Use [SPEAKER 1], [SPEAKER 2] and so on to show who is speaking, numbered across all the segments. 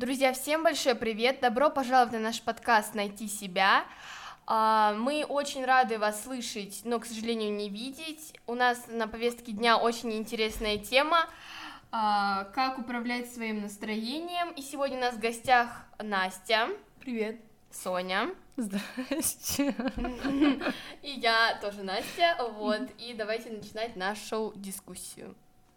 [SPEAKER 1] Друзья, всем большой привет! Добро пожаловать на наш подкаст «Найти себя». Мы очень рады вас слышать, но, к сожалению, не видеть. У нас на повестке дня очень интересная тема «Как управлять своим настроением». И сегодня у нас в гостях Настя.
[SPEAKER 2] Привет.
[SPEAKER 1] Соня.
[SPEAKER 2] Здрасте.
[SPEAKER 1] И я тоже Настя. И давайте начинать нашу дискуссию.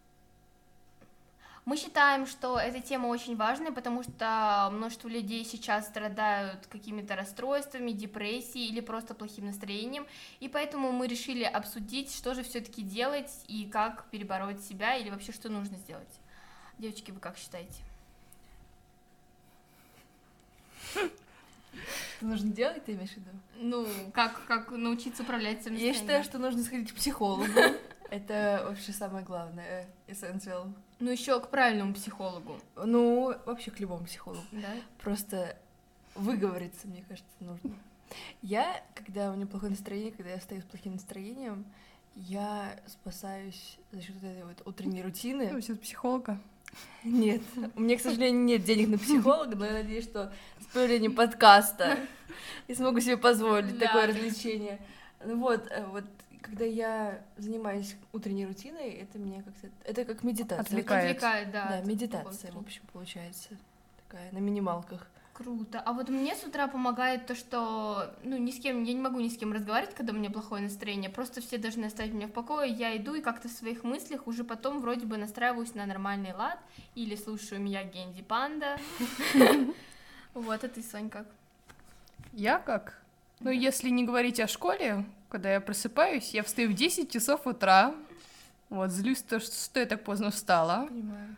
[SPEAKER 1] Мы считаем, что эта тема очень важная, потому что множество людей сейчас страдают какими-то расстройствами, депрессией или просто плохим настроением, и поэтому мы решили обсудить, что же все-таки делать и как перебороть себя, или вообще что нужно сделать. Девочки, вы как считаете?
[SPEAKER 2] Что нужно делать, ты имеешь в виду?
[SPEAKER 1] Ну, как научиться управлять своим настроением?
[SPEAKER 2] Я считаю, что нужно сходить к психологу. Это вообще самое главное, essential.
[SPEAKER 1] Ну, еще к правильному психологу.
[SPEAKER 2] Ну, вообще к любому психологу.
[SPEAKER 1] Да?
[SPEAKER 2] Просто выговориться, мне кажется, нужно. Когда у меня плохое настроение, когда я стою с плохим настроением, я спасаюсь за счет этой вот утренней рутины.
[SPEAKER 3] За счет психолога?
[SPEAKER 2] Нет, у меня, к сожалению, нет денег на психолога, но я надеюсь, что с появлением подкаста я смогу себе позволить такое развлечение. Ну вот, когда я занимаюсь утренней рутиной, это мне как-то... Это как медитация.
[SPEAKER 1] Отвлекает, да.
[SPEAKER 2] Да, медитация, в общем, получается. Такая, на минималках.
[SPEAKER 1] Круто. А вот мне с утра помогает то, что, я не могу ни с кем разговаривать, когда у меня плохое настроение, просто все должны оставить меня в покое, я иду и как-то в своих мыслях уже потом вроде бы настраиваюсь на нормальный лад, или слушаю Мияги Энди Панда. Вот, а ты, Сонь, как?
[SPEAKER 3] Я как? Ну, если не говорить о школе, когда я просыпаюсь, я встаю в 10 часов утра, злюсь то, что я так поздно встала.
[SPEAKER 2] Понимаю.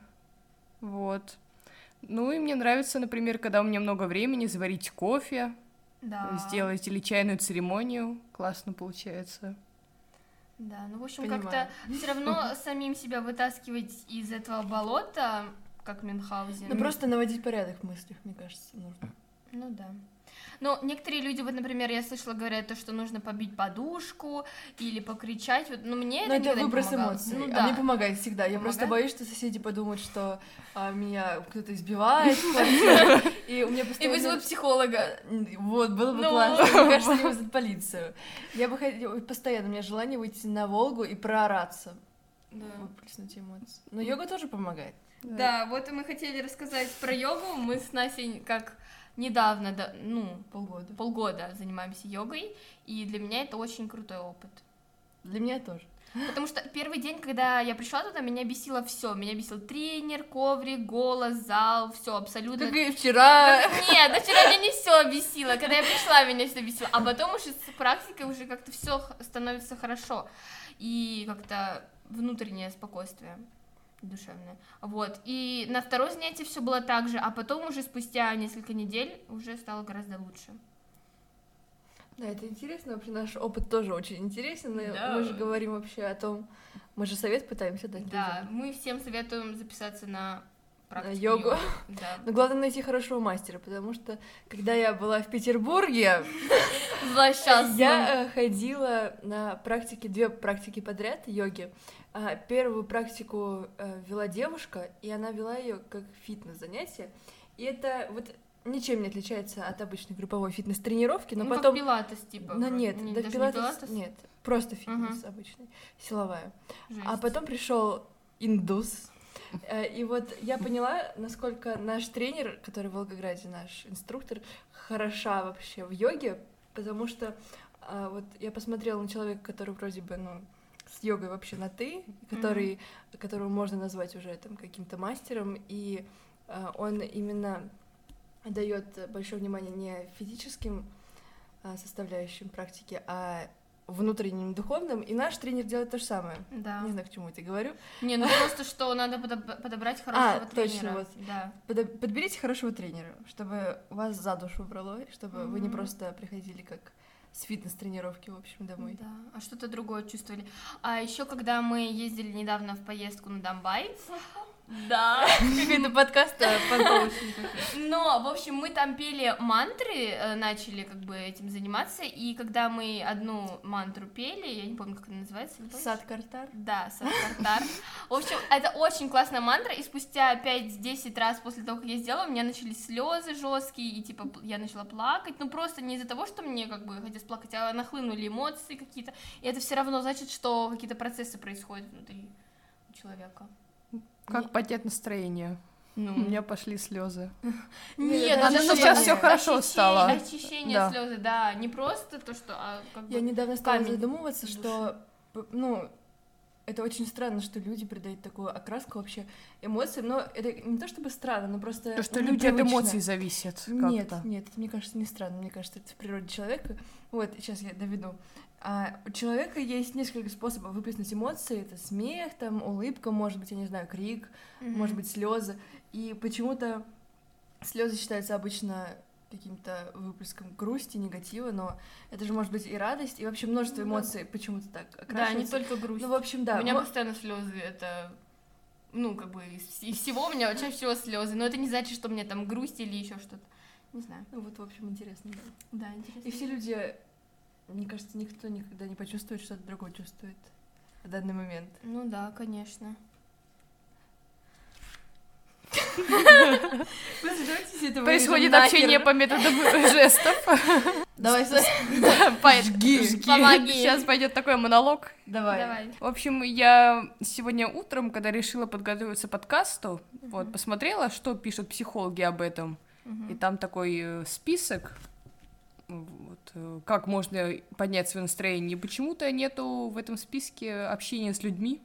[SPEAKER 3] Ну, и мне нравится, например, когда у меня много времени, заварить кофе, сделать или чайную церемонию. Классно получается.
[SPEAKER 1] Да, в общем, как-то все равно самим себя вытаскивать из этого болота, как Мюнхгаузен.
[SPEAKER 2] Ну, просто наводить порядок в мыслях, мне кажется, нужно.
[SPEAKER 1] Ну, да. Но некоторые люди, например, я слышала, говорят, то, что нужно побить подушку или покричать, мне это никогда не
[SPEAKER 2] выброс
[SPEAKER 1] помогало.
[SPEAKER 2] эмоций, мне помогает всегда. Я просто боюсь, что соседи подумают, что меня кто-то избивает, и у меня постоянно...
[SPEAKER 1] И вызовут психолога.
[SPEAKER 2] Вот, было бы классно, мне кажется, они вызовут полицию. Я бы хотела, постоянно, у меня желание выйти на Волгу и проораться, выплеснуть эмоции. Но йога тоже помогает.
[SPEAKER 1] Да, и мы хотели рассказать про йогу, мы с Настей недавно, полгода занимаемся йогой, и для меня это очень крутой опыт.
[SPEAKER 2] Для меня тоже.
[SPEAKER 1] Потому что первый день, когда я пришла туда, меня бесило все. Меня бесил тренер, коврик, голос, зал, все абсолютно.
[SPEAKER 2] Как и вчера.
[SPEAKER 1] Нет, вчера меня не все бесило. Когда я пришла, меня все бесило. А потом уже с практикой уже как-то все становится хорошо. И как-то внутреннее спокойствие душевное. И на второе занятие все было так же, а потом уже спустя несколько недель уже стало гораздо лучше.
[SPEAKER 2] Да, это интересно, вообще наш опыт тоже очень интересен, но мы же говорим вообще о том, мы же совет пытаемся дать.
[SPEAKER 1] Да, мы всем советуем записаться на практику
[SPEAKER 2] йогу.
[SPEAKER 1] Да.
[SPEAKER 2] Но главное найти хорошего мастера, потому что когда я была в Петербурге, я ходила на практики, 2 практики подряд йоги. Первую практику вела девушка, и она вела ее как фитнес-занятие, и это ничем не отличается от обычной групповой фитнес-тренировки, но потом...
[SPEAKER 1] как пилатес, типа.
[SPEAKER 2] Но нет,
[SPEAKER 1] не,
[SPEAKER 2] до
[SPEAKER 1] пилатес
[SPEAKER 2] нет, просто фитнес обычный, силовая.
[SPEAKER 1] Жесть.
[SPEAKER 2] А потом пришел индус, и я поняла, насколько наш тренер, который в Волгограде, наш инструктор, хороша вообще в йоге, потому что я посмотрела на человека, который вроде бы, с йогой вообще на «ты», которого можно назвать уже каким-то мастером, и он именно дает большое внимание не физическим составляющим практики, а внутренним духовным, и наш тренер делает то же самое.
[SPEAKER 1] Да.
[SPEAKER 2] Не знаю, к чему это говорю.
[SPEAKER 1] Просто что надо подобрать хорошего тренера.
[SPEAKER 2] Точно,
[SPEAKER 1] Да.
[SPEAKER 2] Подберите хорошего тренера, чтобы вас за душу брало, чтобы вы не просто приходили как с фитнес-тренировки, в общем, домой.
[SPEAKER 1] Да, а что-то другое чувствовали. А еще, когда мы ездили недавно в поездку на Домбай, Да.
[SPEAKER 2] Какой-то подкаст понтовочный.
[SPEAKER 1] Но, в общем, мы там пели мантры, начали как бы этим заниматься, и когда мы одну мантру пели, я не помню, как она называется.
[SPEAKER 2] Сад-Картар?
[SPEAKER 1] Да, Сад-Картар. В общем, это очень классная мантра, и спустя 5-10 раз после того, как я сделала, у меня начались слезы жесткие, и типа я начала плакать, ну просто не из-за того, что мне как бы хотелось плакать, а нахлынули эмоции какие-то, и это все равно значит, что какие-то процессы происходят внутри у человека.
[SPEAKER 3] Как поднять настроение?
[SPEAKER 1] Ну.
[SPEAKER 3] У меня пошли слезы.
[SPEAKER 1] Нет,
[SPEAKER 2] это
[SPEAKER 1] это
[SPEAKER 2] сейчас
[SPEAKER 3] всё хорошо стало.
[SPEAKER 1] Очищение
[SPEAKER 3] Да.
[SPEAKER 1] слезы, да, не просто то, что, а как бы...
[SPEAKER 2] Я недавно стала
[SPEAKER 1] камень
[SPEAKER 2] задумываться,
[SPEAKER 1] в
[SPEAKER 2] что, ну, это очень странно, что люди придают такую окраску вообще эмоциям, но это не то чтобы странно, но просто
[SPEAKER 3] То, что люди от
[SPEAKER 2] непривычно.
[SPEAKER 3] эмоций зависят
[SPEAKER 2] Нет,
[SPEAKER 3] как-то.
[SPEAKER 2] нет, это, мне кажется, не странно, мне кажется, это в природе человека. Вот, сейчас я доведу. У человека есть несколько способов выплеснуть эмоции, это смех, там, улыбка, может быть, я не знаю, крик, может быть, слезы. И почему-то слезы считаются обычно каким-то выплеском грусти, негатива, но это же может быть и радость, и вообще множество эмоций почему-то так
[SPEAKER 1] Да,
[SPEAKER 2] окрашивается.
[SPEAKER 1] не только грусть.
[SPEAKER 2] Ну, в общем, да.
[SPEAKER 1] У меня постоянно слезы, это, ну, как бы, из всего у меня чаще всего слезы, но это не значит, что мне там грусть или еще что-то. Не знаю.
[SPEAKER 2] Ну, вот, в общем, интересно, да.
[SPEAKER 1] Да, интересно.
[SPEAKER 2] И все люди, мне кажется, никто никогда не почувствует, что-то другое чувствует в данный момент.
[SPEAKER 1] Ну да, конечно.
[SPEAKER 3] Происходит общение по методам жестов.
[SPEAKER 2] Давай,
[SPEAKER 3] Жги.
[SPEAKER 1] Помоги.
[SPEAKER 3] Сейчас пойдет такой монолог.
[SPEAKER 1] Давай.
[SPEAKER 3] В общем, я сегодня утром, когда решила подготовиться к подкасту, вот, посмотрела, что пишут психологи об этом. И там такой список, вот, как можно поднять свое настроение. И почему-то нету в этом списке общения с людьми.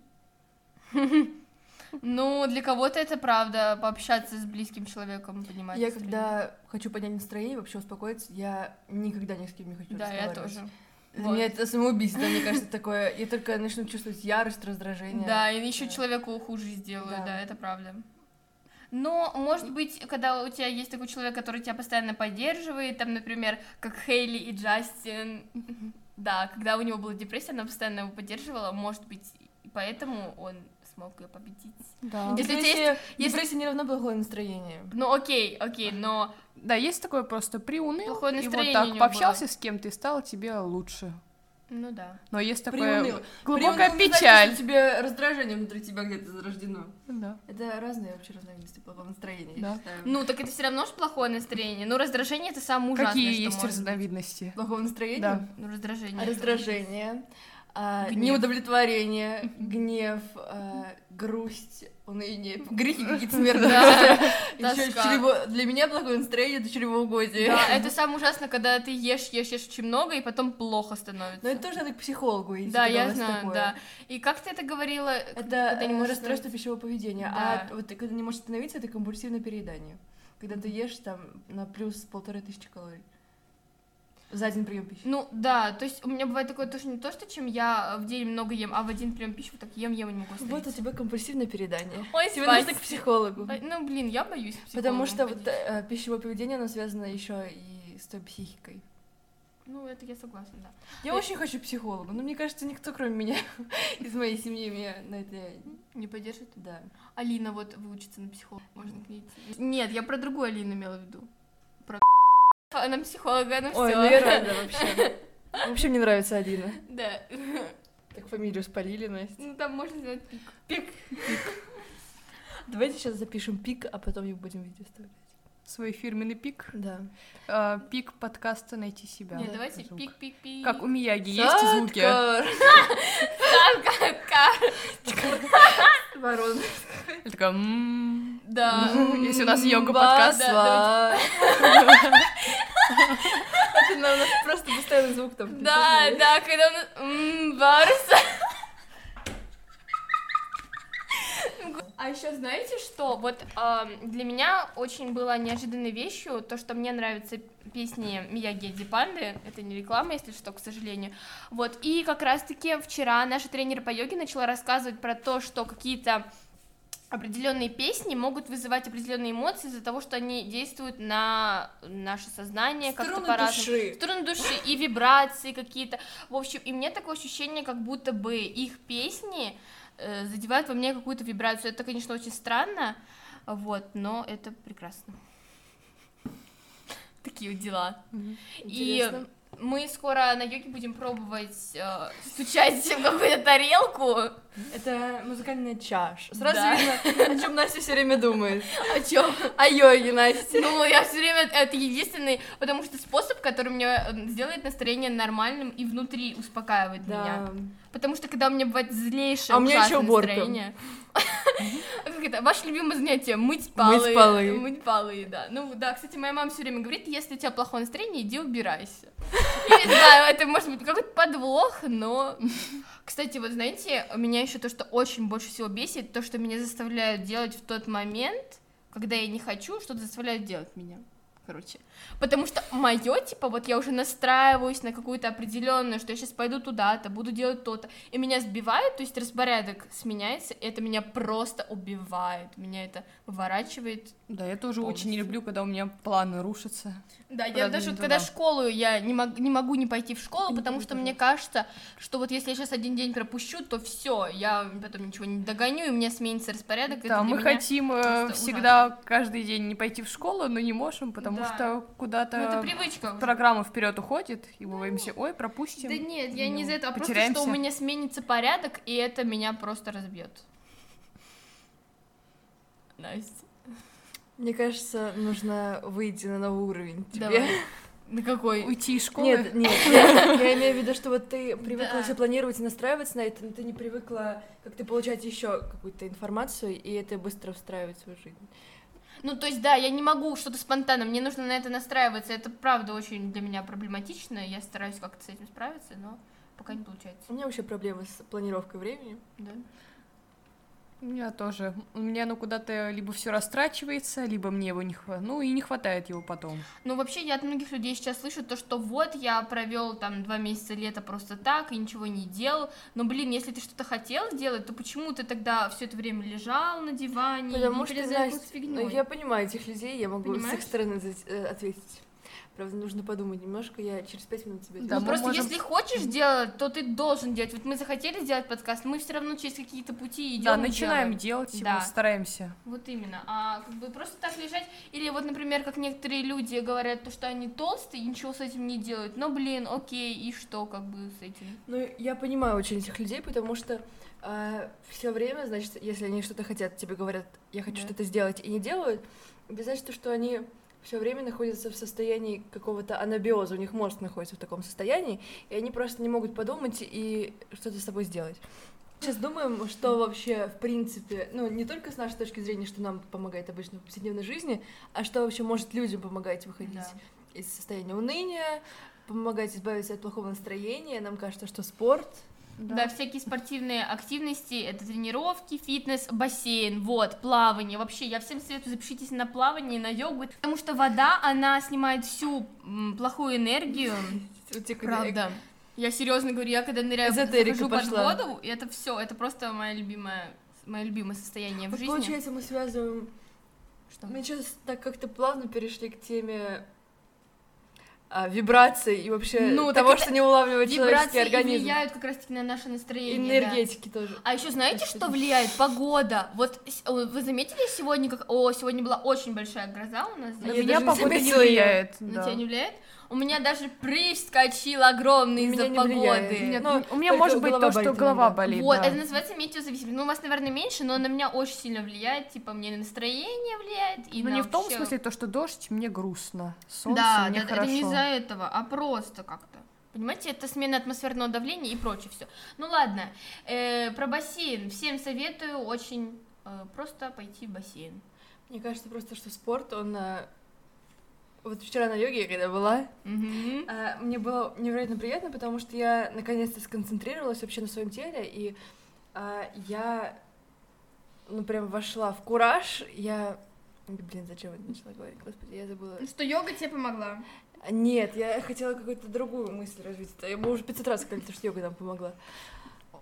[SPEAKER 1] Ну, для кого-то это правда, пообщаться с близким человеком, понимать.
[SPEAKER 2] Я
[SPEAKER 1] настроение.
[SPEAKER 2] когда хочу поднять настроение, вообще успокоиться, я никогда ни с кем не хочу
[SPEAKER 1] Да, я
[SPEAKER 2] разговаривать.
[SPEAKER 1] тоже.
[SPEAKER 2] Для
[SPEAKER 1] Вот.
[SPEAKER 2] меня это самоубийство, мне кажется, такое. Я только начну чувствовать ярость, раздражение.
[SPEAKER 1] Да, и еще человеку хуже сделаю,
[SPEAKER 2] Да.
[SPEAKER 1] да, это правда. Но, может быть, когда у тебя есть такой человек, который тебя постоянно поддерживает, там, например, как Хейли и Джастин, да, когда у него была депрессия, она постоянно его поддерживала, может быть, и поэтому он смог ее победить.
[SPEAKER 3] Да.
[SPEAKER 1] Если у тебя
[SPEAKER 2] Депрессия не равно плохое настроение.
[SPEAKER 1] Ну, окей, но...
[SPEAKER 3] Да, есть такое просто приуныл,
[SPEAKER 1] Плохое
[SPEAKER 3] и вот
[SPEAKER 1] настроение у
[SPEAKER 3] так
[SPEAKER 1] него
[SPEAKER 3] пообщался с кем-то, и стало тебе лучше.
[SPEAKER 1] Ну да.
[SPEAKER 3] Но есть такое
[SPEAKER 2] Приуныл.
[SPEAKER 3] глубокая
[SPEAKER 2] Приуныл не значит,
[SPEAKER 3] печаль.
[SPEAKER 2] что тебе раздражение внутри тебя где-то зарождено.
[SPEAKER 3] Да.
[SPEAKER 2] Это разные вообще разновидности плохого настроения,
[SPEAKER 3] Да.
[SPEAKER 2] я считаю.
[SPEAKER 1] Ну, так это все равно же плохое настроение. Ну, раздражение это самое ужасное,
[SPEAKER 3] Какие
[SPEAKER 1] что
[SPEAKER 3] есть
[SPEAKER 1] может быть.
[SPEAKER 3] разновидности?
[SPEAKER 2] Плохого настроения?
[SPEAKER 3] Да.
[SPEAKER 1] Ну, раздражение.
[SPEAKER 2] Раздражение,
[SPEAKER 1] Гнев.
[SPEAKER 2] неудовлетворение, гнев, грусть, уныние, грехи какие-то смертные.
[SPEAKER 1] Да.
[SPEAKER 2] Ещё
[SPEAKER 1] Тоска.
[SPEAKER 2] для меня плохое настроение — это чревоугодие.
[SPEAKER 1] Да, это самое ужасное, когда ты ешь очень много, и потом плохо становится.
[SPEAKER 2] Но это тоже надо к психологу идти.
[SPEAKER 1] Да,
[SPEAKER 2] когда у
[SPEAKER 1] я
[SPEAKER 2] вас
[SPEAKER 1] знаю,
[SPEAKER 2] такое.
[SPEAKER 1] да. И как ты это говорила?
[SPEAKER 2] Это
[SPEAKER 1] когда не можешь
[SPEAKER 2] расстройство
[SPEAKER 1] остановиться?
[SPEAKER 2] пищевого поведения.
[SPEAKER 1] Да.
[SPEAKER 2] А вот когда не можешь остановиться, это компульсивное переедание. Когда ты ешь там на плюс 1500 калорий за один прием пищи.
[SPEAKER 1] Ну, да, то есть у меня бывает такое тоже не то, что чем я в день много ем, а в один прием пищи вот так ем и не могу
[SPEAKER 2] Вот
[SPEAKER 1] остановиться.
[SPEAKER 2] у тебя компульсивное переедание.
[SPEAKER 1] Ой,
[SPEAKER 2] Тебе нужно к
[SPEAKER 1] спасибо.
[SPEAKER 2] психологу.
[SPEAKER 1] Ой, ну, блин, я боюсь к
[SPEAKER 2] Потому
[SPEAKER 1] психологу
[SPEAKER 2] что
[SPEAKER 1] ходить.
[SPEAKER 2] вот пищевое поведение, оно связано еще и с той психикой.
[SPEAKER 1] Ну, это я согласна, да.
[SPEAKER 2] Я очень хочу психолога, но мне кажется, никто, кроме меня, из моей семьи, меня на это...
[SPEAKER 1] Не поддержит?
[SPEAKER 2] Да.
[SPEAKER 1] Алина вот выучится на психолога, можно к ней идти. Нет, я про другую Алину имела в виду. Про на психолога, ну
[SPEAKER 2] Ой,
[SPEAKER 1] все.
[SPEAKER 2] ну я рада вообще. Вообще мне нравится Алина.
[SPEAKER 1] Да.
[SPEAKER 2] Так фамилию спалили, Настя.
[SPEAKER 1] Ну, там можно сделать пик.
[SPEAKER 2] Пик. Давайте сейчас запишем пик, а потом не будем видео вставлять.
[SPEAKER 3] Свой фирменный пик.
[SPEAKER 2] Да.
[SPEAKER 3] Пик подкаста «Найти себя».
[SPEAKER 1] Нет, давайте
[SPEAKER 3] Звук.
[SPEAKER 1] пик-пик-пик.
[SPEAKER 3] Как у Мияги есть звуки?
[SPEAKER 2] Ворон.
[SPEAKER 3] Я такая,
[SPEAKER 1] Да.
[SPEAKER 3] Если у нас йога-подкаст.
[SPEAKER 1] да,
[SPEAKER 2] Это у нас просто постоянный звук там.
[SPEAKER 1] Да, да, когда он Барс. А еще знаете что? Вот для меня очень было неожиданной вещью то, что мне нравятся песни Мияги и Панды. Это не реклама, если что, к сожалению. Вот, и как раз-таки вчера наша тренер по йоге начала рассказывать про то, что какие-то определенные песни могут вызывать определенные эмоции из-за того, что они действуют на наше сознание как-то
[SPEAKER 2] Струны
[SPEAKER 1] по-разному.
[SPEAKER 2] души.
[SPEAKER 1] Струны души и вибрации какие-то. В общем, и мне такое ощущение, как будто бы их песни задевают во мне какую-то вибрацию. Это, конечно, очень странно, вот, но это прекрасно. Такие вот дела.
[SPEAKER 2] Интересно.
[SPEAKER 1] И мы скоро на йоге будем пробовать стучать в какую-то тарелку.
[SPEAKER 2] Это музыкальная чаша. Сразу
[SPEAKER 1] Да.
[SPEAKER 2] видно, о чем Настя все время думает.
[SPEAKER 1] О чем?
[SPEAKER 2] О йоге, Настя.
[SPEAKER 1] Ну, я все время, это единственный, потому что способ, который мне сделает настроение нормальным и внутри успокаивает меня. Потому что когда у меня бывает злейшее,
[SPEAKER 2] А у меня
[SPEAKER 1] ужасное
[SPEAKER 2] ещё уборка.
[SPEAKER 1] настроение... Как это? Ваше любимое занятие — мыть полы.
[SPEAKER 2] Мыть полы.
[SPEAKER 1] Мыть полы, да. Ну, да, кстати, моя мама все время говорит, если у тебя плохое настроение, иди убирайся. Я не знаю, это может быть какой-то подвох, но... Кстати, вот знаете, меня еще то, что очень больше всего бесит, то, что меня заставляют делать в тот момент, когда я не хочу, что-то заставляют делать меня. Короче, потому что мое, типа, вот я уже настраиваюсь на какую-то определенную, что я сейчас пойду туда-то, буду делать то-то, и меня сбивают, то есть распорядок сменяется, и это меня просто убивает, меня это выворачивает.
[SPEAKER 3] Да, я тоже
[SPEAKER 1] Полностью.
[SPEAKER 3] очень не люблю, когда у меня планы рушатся.
[SPEAKER 1] Да, я
[SPEAKER 3] Правда,
[SPEAKER 1] даже
[SPEAKER 3] не
[SPEAKER 1] вот когда
[SPEAKER 3] туда.
[SPEAKER 1] в школу, я не могу не пойти в школу, потому что мне кажется, что вот если я сейчас один день пропущу, то все, я потом ничего не догоню, и у меня сменится распорядок.
[SPEAKER 3] Да,
[SPEAKER 1] это для
[SPEAKER 3] мы
[SPEAKER 1] меня
[SPEAKER 3] хотим
[SPEAKER 1] просто
[SPEAKER 3] всегда каждый день не пойти в школу, но не можем, потому
[SPEAKER 1] Да.
[SPEAKER 3] что
[SPEAKER 1] Ну, это
[SPEAKER 3] куда-то
[SPEAKER 1] привычка уже.
[SPEAKER 3] программа вперед уходит, и мы боимся, ой, пропустим.
[SPEAKER 1] Да нет, я не из-за этого, а просто
[SPEAKER 3] потеряемся.
[SPEAKER 1] что у меня сменится порядок, и это меня просто разбьет. Настя.
[SPEAKER 2] Мне кажется, нужно выйти на новый уровень тебе.
[SPEAKER 1] Давай. На какой?
[SPEAKER 3] Уйти из школы?
[SPEAKER 2] Нет, я имею в виду, что вот ты привыкла
[SPEAKER 1] Да.
[SPEAKER 2] все планировать и настраиваться на это, но ты не привыкла как-то получать еще какую-то информацию, и это быстро встраивать в свою жизнь.
[SPEAKER 1] Ну, то есть, да, я не могу что-то спонтанно, мне нужно на это настраиваться, это правда очень для меня проблематично, я стараюсь как-то с этим справиться, но пока не получается.
[SPEAKER 2] У меня вообще проблемы с планировкой времени.
[SPEAKER 1] Да.
[SPEAKER 3] У меня тоже. У меня оно куда-то либо все растрачивается, либо мне его не хватает. Ну и не хватает его потом.
[SPEAKER 1] Ну, вообще, я от многих людей сейчас слышу то, что вот я провел там 2 месяца лета просто так и ничего не делал. Но, блин, если ты что-то хотел сделать, то почему ты тогда все это время лежал на диване
[SPEAKER 2] Потому
[SPEAKER 1] и
[SPEAKER 2] что,
[SPEAKER 1] не
[SPEAKER 2] Настя,
[SPEAKER 1] фигней?
[SPEAKER 2] я понимаю этих людей, я могу с
[SPEAKER 1] Понимаешь?
[SPEAKER 2] их стороны ответить. Правда, нужно подумать немножко, я через 5 минут тебе
[SPEAKER 3] Да,
[SPEAKER 1] Ну,
[SPEAKER 3] мы
[SPEAKER 1] просто
[SPEAKER 3] можем-
[SPEAKER 1] если хочешь делать, то ты должен делать. Вот мы захотели сделать подкаст, мы все равно через какие-то пути идем.
[SPEAKER 3] Да,
[SPEAKER 1] и
[SPEAKER 3] начинаем
[SPEAKER 1] делаем.
[SPEAKER 3] делать его,
[SPEAKER 1] Да.
[SPEAKER 3] стараемся.
[SPEAKER 1] Вот именно. А как бы просто так лежать. Или вот, например, как некоторые люди говорят, то, что они толстые и ничего с этим не делают. Но, блин, окей, и что как бы с этим?
[SPEAKER 2] Ну, я понимаю очень этих людей, потому что все время, значит, если они что-то хотят, тебе говорят, я хочу
[SPEAKER 1] Да.
[SPEAKER 2] что-то сделать, и не делают, обязательно, что они все время находятся в состоянии какого-то анабиоза, у них мозг находится в таком состоянии, и они просто не могут подумать и что-то с собой сделать. Сейчас думаем, что вообще, в принципе, ну, не только с нашей точки зрения, что нам помогает обычно в повседневной жизни, а что вообще может людям помогать выходить
[SPEAKER 1] Да.
[SPEAKER 2] из состояния уныния, помогать избавиться от плохого настроения. Нам кажется, что спорт.
[SPEAKER 1] Да. Всякие спортивные активности, это тренировки, фитнес, бассейн, вот, плавание. Вообще, я всем советую, запишитесь на плавание, на йогу, потому что вода, она снимает всю плохую энергию. Правда. Я серьезно говорю, я когда ныряю,
[SPEAKER 2] Эзотерика
[SPEAKER 1] захожу под
[SPEAKER 2] пошла.
[SPEAKER 1] воду, и это все, это просто мое любимое состояние в
[SPEAKER 2] Вот
[SPEAKER 1] жизни.
[SPEAKER 2] получается, мы связываем.
[SPEAKER 1] Что?
[SPEAKER 2] Мы сейчас так как-то плавно перешли к теме вибраций и вообще
[SPEAKER 1] Ну, так
[SPEAKER 2] того,
[SPEAKER 1] это
[SPEAKER 2] что не улавливает человеческий
[SPEAKER 1] Вибрации и
[SPEAKER 2] организм.
[SPEAKER 1] влияют как раз-таки на наше настроение.
[SPEAKER 2] Энергетики тоже.
[SPEAKER 1] Да. А еще знаете,
[SPEAKER 2] Господи.
[SPEAKER 1] что влияет? Погода. Вот вы заметили сегодня, сегодня была очень большая гроза у нас?
[SPEAKER 3] На
[SPEAKER 2] Я
[SPEAKER 1] здесь?
[SPEAKER 3] меня
[SPEAKER 2] даже не
[SPEAKER 3] погода не
[SPEAKER 2] заметила её.
[SPEAKER 3] влияет.
[SPEAKER 1] На
[SPEAKER 3] да.
[SPEAKER 1] тебя не влияет? У меня даже прыщ скочил огромный
[SPEAKER 2] У меня
[SPEAKER 1] из-за
[SPEAKER 2] не влияет.
[SPEAKER 1] погоды.
[SPEAKER 3] Нет,
[SPEAKER 2] Но
[SPEAKER 3] у меня
[SPEAKER 2] только
[SPEAKER 3] может быть
[SPEAKER 2] голова
[SPEAKER 3] то, что
[SPEAKER 2] болит
[SPEAKER 3] голова
[SPEAKER 2] иногда.
[SPEAKER 3] болит.
[SPEAKER 1] Вот,
[SPEAKER 3] да.
[SPEAKER 1] это называется метеозависимость. Ну, у вас, наверное, меньше, но на меня очень сильно влияет. Типа, мне на настроение влияет. И
[SPEAKER 3] Но
[SPEAKER 1] на
[SPEAKER 3] не в том
[SPEAKER 1] вообще-
[SPEAKER 3] смысле, то, что дождь, мне грустно. Солнце,
[SPEAKER 1] Да,
[SPEAKER 3] мне
[SPEAKER 1] да,
[SPEAKER 3] хорошо.
[SPEAKER 1] это не из-за этого, а просто как-то. Понимаете, это смена атмосферного давления и прочее все. Ну ладно, про бассейн. Всем советую очень просто пойти в бассейн.
[SPEAKER 2] Мне кажется просто, что спорт, он... Вот вчера на йоге, я когда была,
[SPEAKER 1] Мгм.
[SPEAKER 2] мне было невероятно приятно, потому что я наконец-то сконцентрировалась вообще на своем теле, и я, ну, прям вошла в кураж, Блин, зачем я это начала говорить? Господи, я забыла.
[SPEAKER 1] Ну что, йога тебе помогла?
[SPEAKER 2] Нет, я хотела какую-то другую мысль развить. Мы уже 500 раз сказали, что йога нам помогла.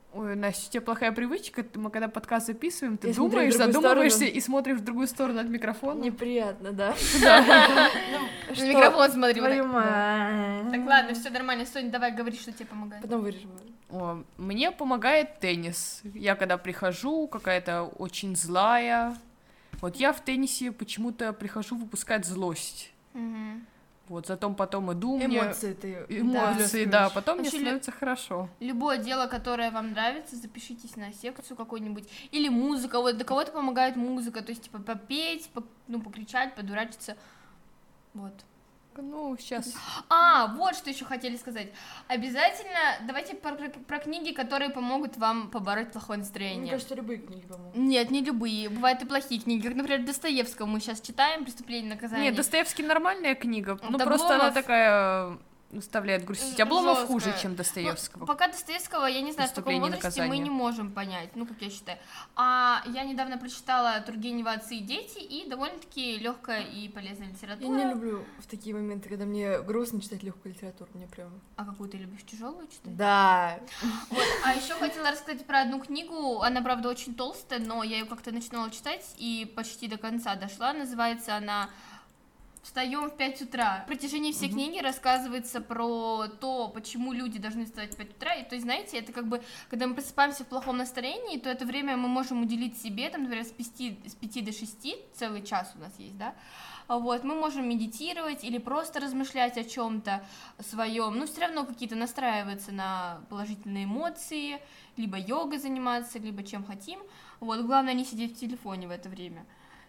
[SPEAKER 3] Ой, Настя, у тебя плохая привычка, мы когда подкаст записываем, ты
[SPEAKER 2] Я смотрю в
[SPEAKER 3] думаешь,
[SPEAKER 2] другую
[SPEAKER 3] задумываешься
[SPEAKER 2] сторону.
[SPEAKER 3] и смотришь в другую сторону от микрофона.
[SPEAKER 2] Неприятно, да.
[SPEAKER 1] На
[SPEAKER 2] Что?
[SPEAKER 1] микрофон смотри. вот
[SPEAKER 2] Твою
[SPEAKER 1] так.
[SPEAKER 2] мать.
[SPEAKER 1] Так, ладно, все нормально. Соня, давай говори, что тебе помогает.
[SPEAKER 2] Потом вырежем.
[SPEAKER 3] О, мне помогает теннис. Я когда прихожу, какая-то очень злая. Вот я в теннисе почему-то прихожу выпускать злость.
[SPEAKER 1] Мгм.
[SPEAKER 3] Вот, зато потом иду, мне...
[SPEAKER 2] Эмоции ты.
[SPEAKER 3] Эмоции, да, потом мне
[SPEAKER 1] Вообще,
[SPEAKER 3] становится хорошо.
[SPEAKER 1] Любое дело, которое вам нравится, запишитесь на секцию какую-нибудь. Или музыка. Вот для кого-то помогает музыка. То есть, типа, попеть, покричать, подурачиться. Вот.
[SPEAKER 3] Ну, сейчас...
[SPEAKER 1] Вот что еще хотели сказать. Обязательно давайте про книги, которые помогут вам побороть плохое
[SPEAKER 2] Мне
[SPEAKER 1] настроение.
[SPEAKER 2] кажется, любые книги помогут.
[SPEAKER 1] Нет, не любые. Бывают и плохие книги. Как, например, Достоевского мы сейчас читаем «Преступление и наказание».
[SPEAKER 3] Нет, Достоевский нормальная книга, ну
[SPEAKER 1] Да,
[SPEAKER 3] просто она
[SPEAKER 1] Обломов-
[SPEAKER 3] такая заставляет грустить. Обломов
[SPEAKER 1] жёсткая.
[SPEAKER 3] хуже, чем Достоевского.
[SPEAKER 1] Ну, пока Достоевского, я не знаю, в каком
[SPEAKER 3] «Преступление и
[SPEAKER 1] возрасте мы
[SPEAKER 3] наказание».
[SPEAKER 1] не можем понять, ну, как я считаю. А я недавно прочитала Тургенева «Отцы и дети», и довольно-таки легкая и полезная
[SPEAKER 2] Я
[SPEAKER 1] литература.
[SPEAKER 2] не люблю в такие моменты, когда мне грустно читать легкую литературу. Мне прям...
[SPEAKER 1] А какую ты любишь, тяжелую читать?
[SPEAKER 2] Да.
[SPEAKER 1] Вот. А еще хотела рассказать про одну книгу. Она, правда, очень толстая, но я ее как-то начинала читать и почти до конца дошла. Называется она «Встаем в 5 утра». В протяжении всей книги рассказывается про то, почему люди должны вставать в 5 утра. И то есть, знаете, это как бы, когда мы просыпаемся в плохом настроении, то это время мы можем уделить себе, там, например, с 5 до 6, целый час у нас есть, да. Вот, мы можем медитировать или просто размышлять о чем-то своем, но все равно какие-то настраиваться на положительные эмоции, либо йогой заниматься, либо чем хотим. Вот, главное не сидеть в телефоне в это время.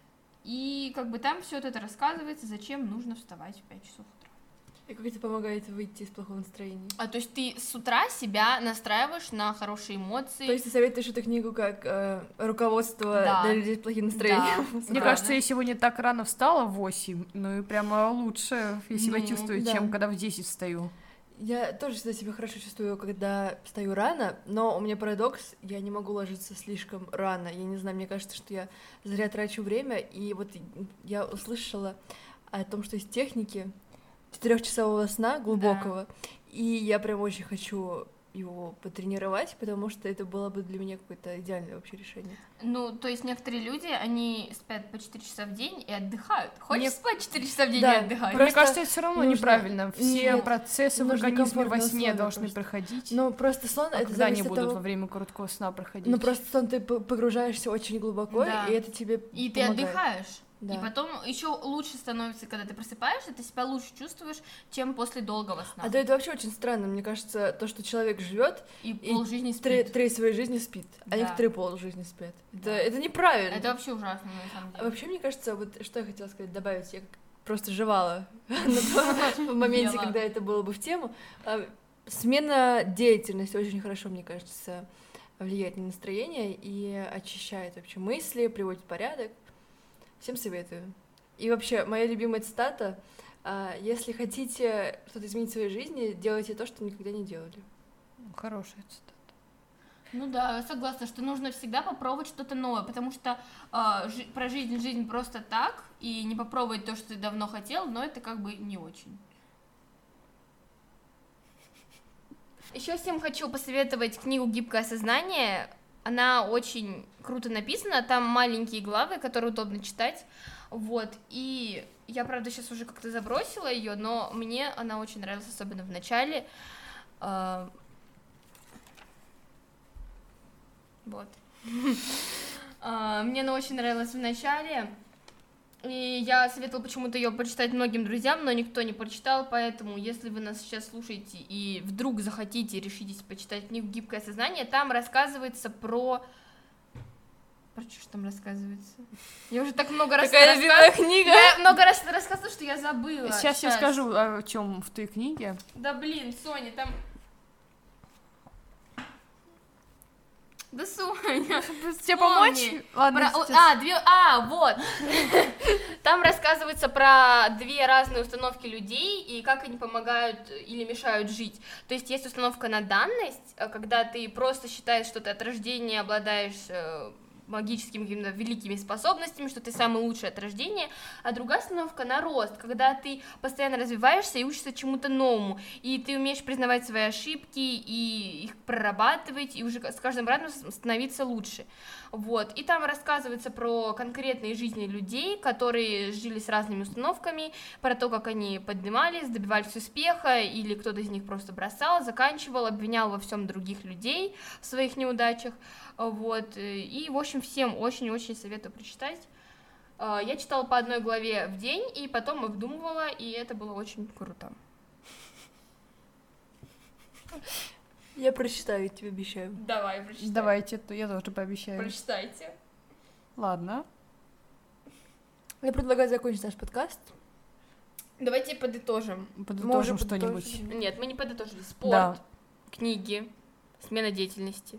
[SPEAKER 1] И как бы там все это рассказывается, зачем нужно вставать в 5 часов утра.
[SPEAKER 2] И как это помогает выйти из плохого настроения?
[SPEAKER 1] То есть ты с утра себя настраиваешь на хорошие эмоции.
[SPEAKER 2] То есть ты советуешь эту книгу как руководство
[SPEAKER 1] Да.
[SPEAKER 2] для людей с плохим настроением?
[SPEAKER 1] Да.
[SPEAKER 3] Мне
[SPEAKER 1] Да.
[SPEAKER 3] кажется, я сегодня так рано встала в 8, ну и прямо лучше я себя
[SPEAKER 1] Ну,
[SPEAKER 3] чувствую,
[SPEAKER 2] да.
[SPEAKER 3] чем когда в 10 встаю.
[SPEAKER 2] Я тоже всегда себя хорошо чувствую, когда встаю рано, но у меня парадокс, я не могу ложиться слишком рано. Я не знаю, мне кажется, что я зря трачу время, и вот я услышала о том, что есть техники 4-часового сна глубокого, и я прям очень хочу его потренировать, потому что это было бы для меня какое-то идеальное вообще решение.
[SPEAKER 1] Ну, то есть некоторые люди, они спят по 4 часа в день и отдыхают. Хочешь
[SPEAKER 3] Мне-
[SPEAKER 1] спать 4 часа в день
[SPEAKER 2] Да,
[SPEAKER 1] и отдыхать?
[SPEAKER 2] Просто
[SPEAKER 3] Мне кажется, это все равно
[SPEAKER 2] нужно-
[SPEAKER 3] неправильно. Все
[SPEAKER 2] Нет,
[SPEAKER 3] процессы в
[SPEAKER 2] нужно
[SPEAKER 3] организме во
[SPEAKER 2] комфортные
[SPEAKER 3] сне
[SPEAKER 2] условия
[SPEAKER 3] должны
[SPEAKER 2] просто.
[SPEAKER 3] проходить.
[SPEAKER 2] Но просто сон,
[SPEAKER 3] А
[SPEAKER 2] это
[SPEAKER 3] когда они
[SPEAKER 2] зависит от
[SPEAKER 3] будут
[SPEAKER 2] того...
[SPEAKER 3] во время короткого сна проходить?
[SPEAKER 2] Ну просто сон ты погружаешься очень глубоко,
[SPEAKER 1] Да.
[SPEAKER 2] и это тебе
[SPEAKER 1] И ты
[SPEAKER 2] помогает.
[SPEAKER 1] отдыхаешь.
[SPEAKER 2] Да.
[SPEAKER 1] И потом еще лучше становится, когда ты просыпаешься, ты себя лучше чувствуешь, чем после долгого сна.
[SPEAKER 2] А то это вообще очень странно. Мне кажется, то, что человек живет
[SPEAKER 1] И
[SPEAKER 2] и
[SPEAKER 1] полжизни спит.
[SPEAKER 2] треть своей жизни спит, а
[SPEAKER 1] Да.
[SPEAKER 2] некоторые полжизни спят.
[SPEAKER 1] Да.
[SPEAKER 2] Это неправильно.
[SPEAKER 1] Это вообще ужасно, на самом
[SPEAKER 2] А
[SPEAKER 1] деле.
[SPEAKER 2] вообще, мне кажется, вот что я хотела сказать, добавить, я просто жевала в моменте,
[SPEAKER 1] Ела.
[SPEAKER 2] когда это было бы в тему. Смена деятельности очень хорошо, мне кажется, влияет на настроение и очищает вообще мысли, приводит в порядок. Всем советую. И вообще, моя любимая цитата: если хотите что-то изменить в своей жизни, делайте то, что никогда не делали.
[SPEAKER 3] Хорошая цитата.
[SPEAKER 1] Ну да, я согласна, что нужно всегда попробовать что-то новое, потому что прожить жизнь просто так и не попробовать то, что ты давно хотел, но это как бы не очень. Еще всем хочу посоветовать книгу «Гибкое сознание». Она очень круто написана, там маленькие главы, которые удобно читать. Вот, и я, правда, сейчас уже как-то забросила ее, но мне она очень нравилась, особенно в начале. Вот. Мне она очень нравилась в начале, и я советовала почему-то ее прочитать многим друзьям, но никто не прочитал, поэтому, если вы нас сейчас слушаете и вдруг захотите, решитесь почитать книгу «Гибкое сознание», там рассказывается про что там рассказывается? Я уже так много раз
[SPEAKER 2] Такая любимая книга!
[SPEAKER 1] Я много раз рассказывала, что я забыла.
[SPEAKER 3] Сейчас я скажу, о чем в той книге.
[SPEAKER 1] Да блин, Соня, там... Да, Соня,
[SPEAKER 3] Тебе
[SPEAKER 1] вспомни.
[SPEAKER 3] помочь? Ладно,
[SPEAKER 1] Про-
[SPEAKER 3] сейчас.
[SPEAKER 1] вот. Там рассказывается про две разные установки людей и как они помогают или мешают жить. То есть есть установка на данность, когда ты просто считаешь, что ты от рождения обладаешь магическими какими-то великими способностями, что ты самый лучший от рождения, а другая остановка на рост, когда ты постоянно развиваешься и учишься чему-то новому, и ты умеешь признавать свои ошибки и их прорабатывать, и уже с каждым разом становиться лучше. Вот. И там рассказывается про конкретные жизни людей, которые жили с разными установками, про то, как они поднимались, добивались успеха, или кто-то из них просто бросал, заканчивал, обвинял во всем других людей в своих неудачах. Вот. И, в общем, всем очень-очень советую прочитать. Я читала по одной главе в день, и потом обдумывала, и это было очень круто.
[SPEAKER 2] Я прочитаю, я тебе обещаю.
[SPEAKER 1] Давай, прочитай.
[SPEAKER 3] Давайте, я тоже пообещаю.
[SPEAKER 1] Прочитайте.
[SPEAKER 3] Ладно.
[SPEAKER 2] Я предлагаю закончить наш подкаст.
[SPEAKER 1] Давайте подытожим.
[SPEAKER 3] Подытожим
[SPEAKER 2] уже
[SPEAKER 3] что-нибудь.
[SPEAKER 2] подытожили.
[SPEAKER 1] Нет, мы не подытожили. Спорт,
[SPEAKER 3] Да.
[SPEAKER 1] книги, смена деятельности,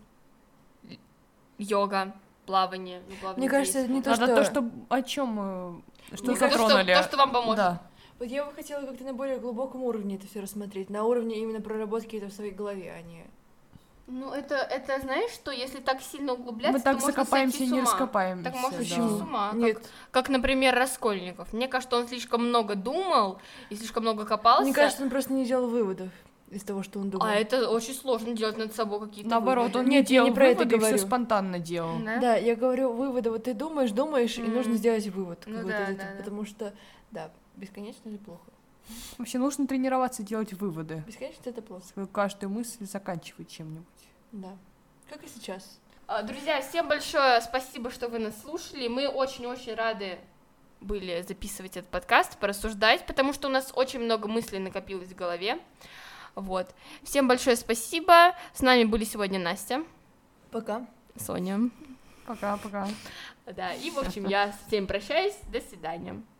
[SPEAKER 1] йога, плавание. Ну, плавание
[SPEAKER 2] Мне кажется,
[SPEAKER 1] есть.
[SPEAKER 2] это не то,
[SPEAKER 3] Надо
[SPEAKER 2] что...
[SPEAKER 3] то, что о чем мы что
[SPEAKER 1] Мне кажется,
[SPEAKER 3] затронули.
[SPEAKER 1] то, что вам поможет.
[SPEAKER 3] Да.
[SPEAKER 2] Вот я бы хотела как-то на более глубоком уровне это все рассмотреть, на уровне именно проработки это в своей голове, а не...
[SPEAKER 1] Ну, это знаешь, что если так сильно углубляться,
[SPEAKER 3] Мы так
[SPEAKER 1] то можно
[SPEAKER 3] закопаемся
[SPEAKER 1] сойти
[SPEAKER 3] и
[SPEAKER 1] с
[SPEAKER 3] не
[SPEAKER 1] ума.
[SPEAKER 3] раскопаемся.
[SPEAKER 1] Так можно сойти
[SPEAKER 3] да.
[SPEAKER 1] с ума.
[SPEAKER 2] Нет.
[SPEAKER 1] Как, например, Раскольников. Мне кажется, он слишком много думал и слишком много копался.
[SPEAKER 2] Мне кажется, он просто не делал выводов из того, что он думал.
[SPEAKER 1] А это очень сложно делать над собой какие-то
[SPEAKER 3] Наоборот,
[SPEAKER 1] выводы.
[SPEAKER 3] он не
[SPEAKER 2] Нет, я
[SPEAKER 3] делал
[SPEAKER 2] не про это
[SPEAKER 3] выводы,
[SPEAKER 2] говорю.
[SPEAKER 3] все спонтанно делал.
[SPEAKER 1] Да?
[SPEAKER 2] Да, я говорю выводы. Вот ты думаешь, и нужно сделать вывод.
[SPEAKER 1] Ну
[SPEAKER 2] какой-то
[SPEAKER 1] да,
[SPEAKER 2] из этого,
[SPEAKER 1] да.
[SPEAKER 2] Потому что, да, бесконечно же плохо.
[SPEAKER 3] Вообще нужно тренироваться делать выводы.
[SPEAKER 2] Бесконечно это плохо.
[SPEAKER 3] Свою каждую мысль заканчивать чем-нибудь.
[SPEAKER 2] Да. Как и сейчас.
[SPEAKER 1] Друзья, всем большое спасибо, что вы нас слушали. Мы очень-очень рады были записывать этот подкаст, порассуждать, потому что у нас очень много мыслей накопилось в голове. Вот. Всем большое спасибо. С нами были сегодня Настя,
[SPEAKER 2] Пока.
[SPEAKER 1] Соня.
[SPEAKER 3] Пока-пока.
[SPEAKER 1] Да, и, в общем, я с всеми прощаюсь. До свидания.